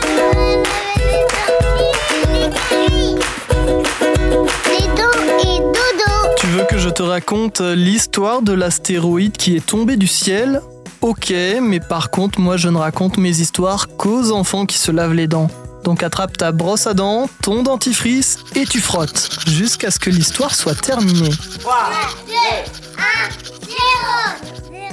Tu veux que je te raconte l'histoire de l'astéroïde qui est tombé du ciel ? Ok, mais par contre, moi je ne raconte mes histoires qu'aux enfants qui se lavent les dents. Donc attrape ta brosse à dents, ton dentifrice et tu frottes, jusqu'à ce que l'histoire soit terminée. 3, 2, 1, 0.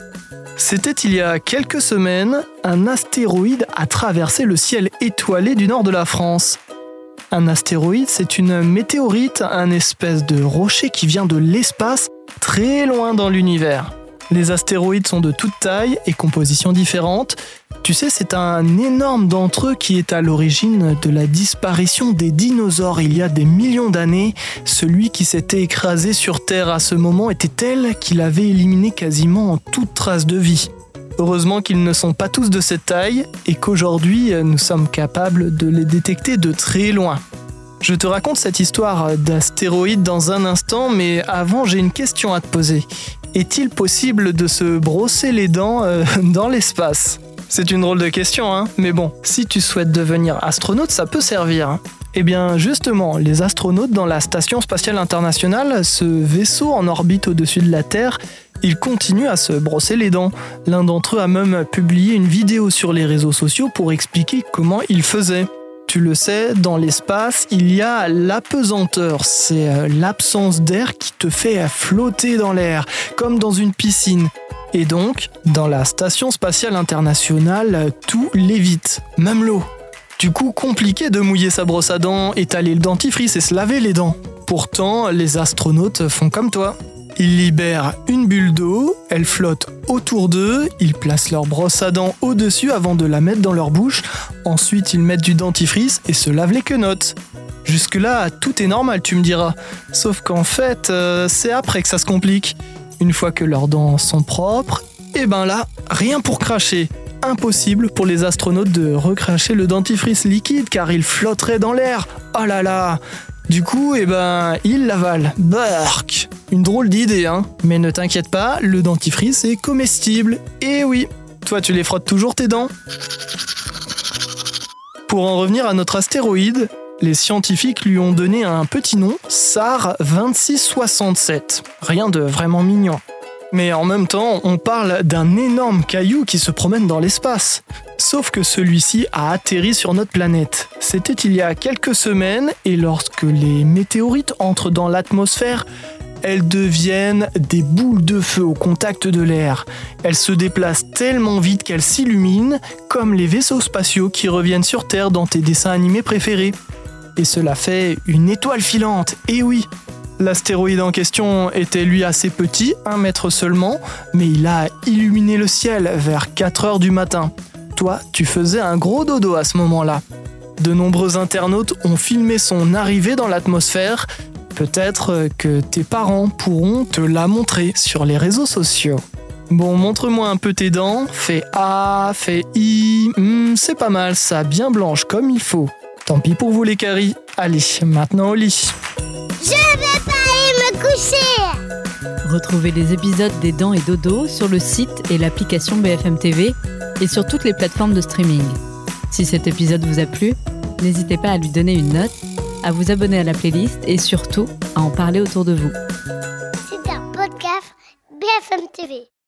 C'était il y a quelques semaines, un astéroïde a traversé le ciel étoilé du nord de la France. Un astéroïde, c'est une météorite, un espèce de rocher qui vient de l'espace, très loin dans l'univers. Les astéroïdes sont de toute taille et compositions différentes. Tu sais, c'est un énorme d'entre eux qui est à l'origine de la disparition des dinosaures il y a des millions d'années. Celui qui s'était écrasé sur Terre à ce moment était tel qu'il avait éliminé quasiment toute trace de vie. Heureusement qu'ils ne sont pas tous de cette taille et qu'aujourd'hui nous sommes capables de les détecter de très loin. Je te raconte cette histoire d'astéroïdes dans un instant, mais avant j'ai une question à te poser. Est-il possible de se brosser les dents dans l'espace ? C'est une drôle de question, hein ? Mais bon, si tu souhaites devenir astronaute, ça peut servir. Eh bien, justement, les astronautes dans la Station Spatiale Internationale, ce vaisseau en orbite au-dessus de la Terre, ils continuent à se brosser les dents. L'un d'entre eux a même publié une vidéo sur les réseaux sociaux pour expliquer comment il faisait. Tu le sais, dans l'espace, il y a l'apesanteur. C'est l'absence d'air qui te fait flotter dans l'air, comme dans une piscine. Et donc, dans la Station Spatiale Internationale, tout lévite, même l'eau. Du coup, compliqué de mouiller sa brosse à dents, étaler le dentifrice et se laver les dents. Pourtant, les astronautes font comme toi. Ils libèrent une bulle d'eau, elle flotte autour d'eux, ils placent leur brosse à dents au-dessus avant de la mettre dans leur bouche, ensuite ils mettent du dentifrice et se lavent les quenottes. Jusque-là, tout est normal, tu me diras. Sauf qu'en fait, c'est après que ça se complique. Une fois que leurs dents sont propres, et ben là, rien pour cracher. Impossible pour les astronautes de recracher le dentifrice liquide car il flotterait dans l'air. Oh là là! Du coup, ils l'avalent. Burk! Une drôle d'idée, hein. Mais ne t'inquiète pas, le dentifrice est comestible. Et oui, toi tu les frottes toujours tes dents. Pour en revenir à notre astéroïde, les scientifiques lui ont donné un petit nom, SAR 2667. Rien de vraiment mignon. Mais en même temps, on parle d'un énorme caillou qui se promène dans l'espace. Sauf que celui-ci a atterri sur notre planète. C'était il y a quelques semaines, et lorsque les météorites entrent dans l'atmosphère, elles deviennent des boules de feu au contact de l'air. Elles se déplacent tellement vite qu'elles s'illuminent, comme les vaisseaux spatiaux qui reviennent sur Terre dans tes dessins animés préférés. Et cela fait une étoile filante, et oui! L'astéroïde en question était lui assez petit, 1 mètre seulement, mais il a illuminé le ciel vers 4 heures du matin. Toi, tu faisais un gros dodo à ce moment-là. De nombreux internautes ont filmé son arrivée dans l'atmosphère. Peut-être que tes parents pourront te la montrer sur les réseaux sociaux. Bon, montre-moi un peu tes dents. Fais A, fais I. C'est pas mal ça, bien blanche comme il faut. Tant pis pour vous les caries. Allez, maintenant au lit. Je vais pas aller me coucher. Retrouvez les épisodes des Dents et Dodo sur le site et l'application BFM TV et sur toutes les plateformes de streaming. Si cet épisode vous a plu, n'hésitez pas à lui donner une note, à vous abonner à la playlist et surtout à en parler autour de vous. C'est un podcast BFM TV.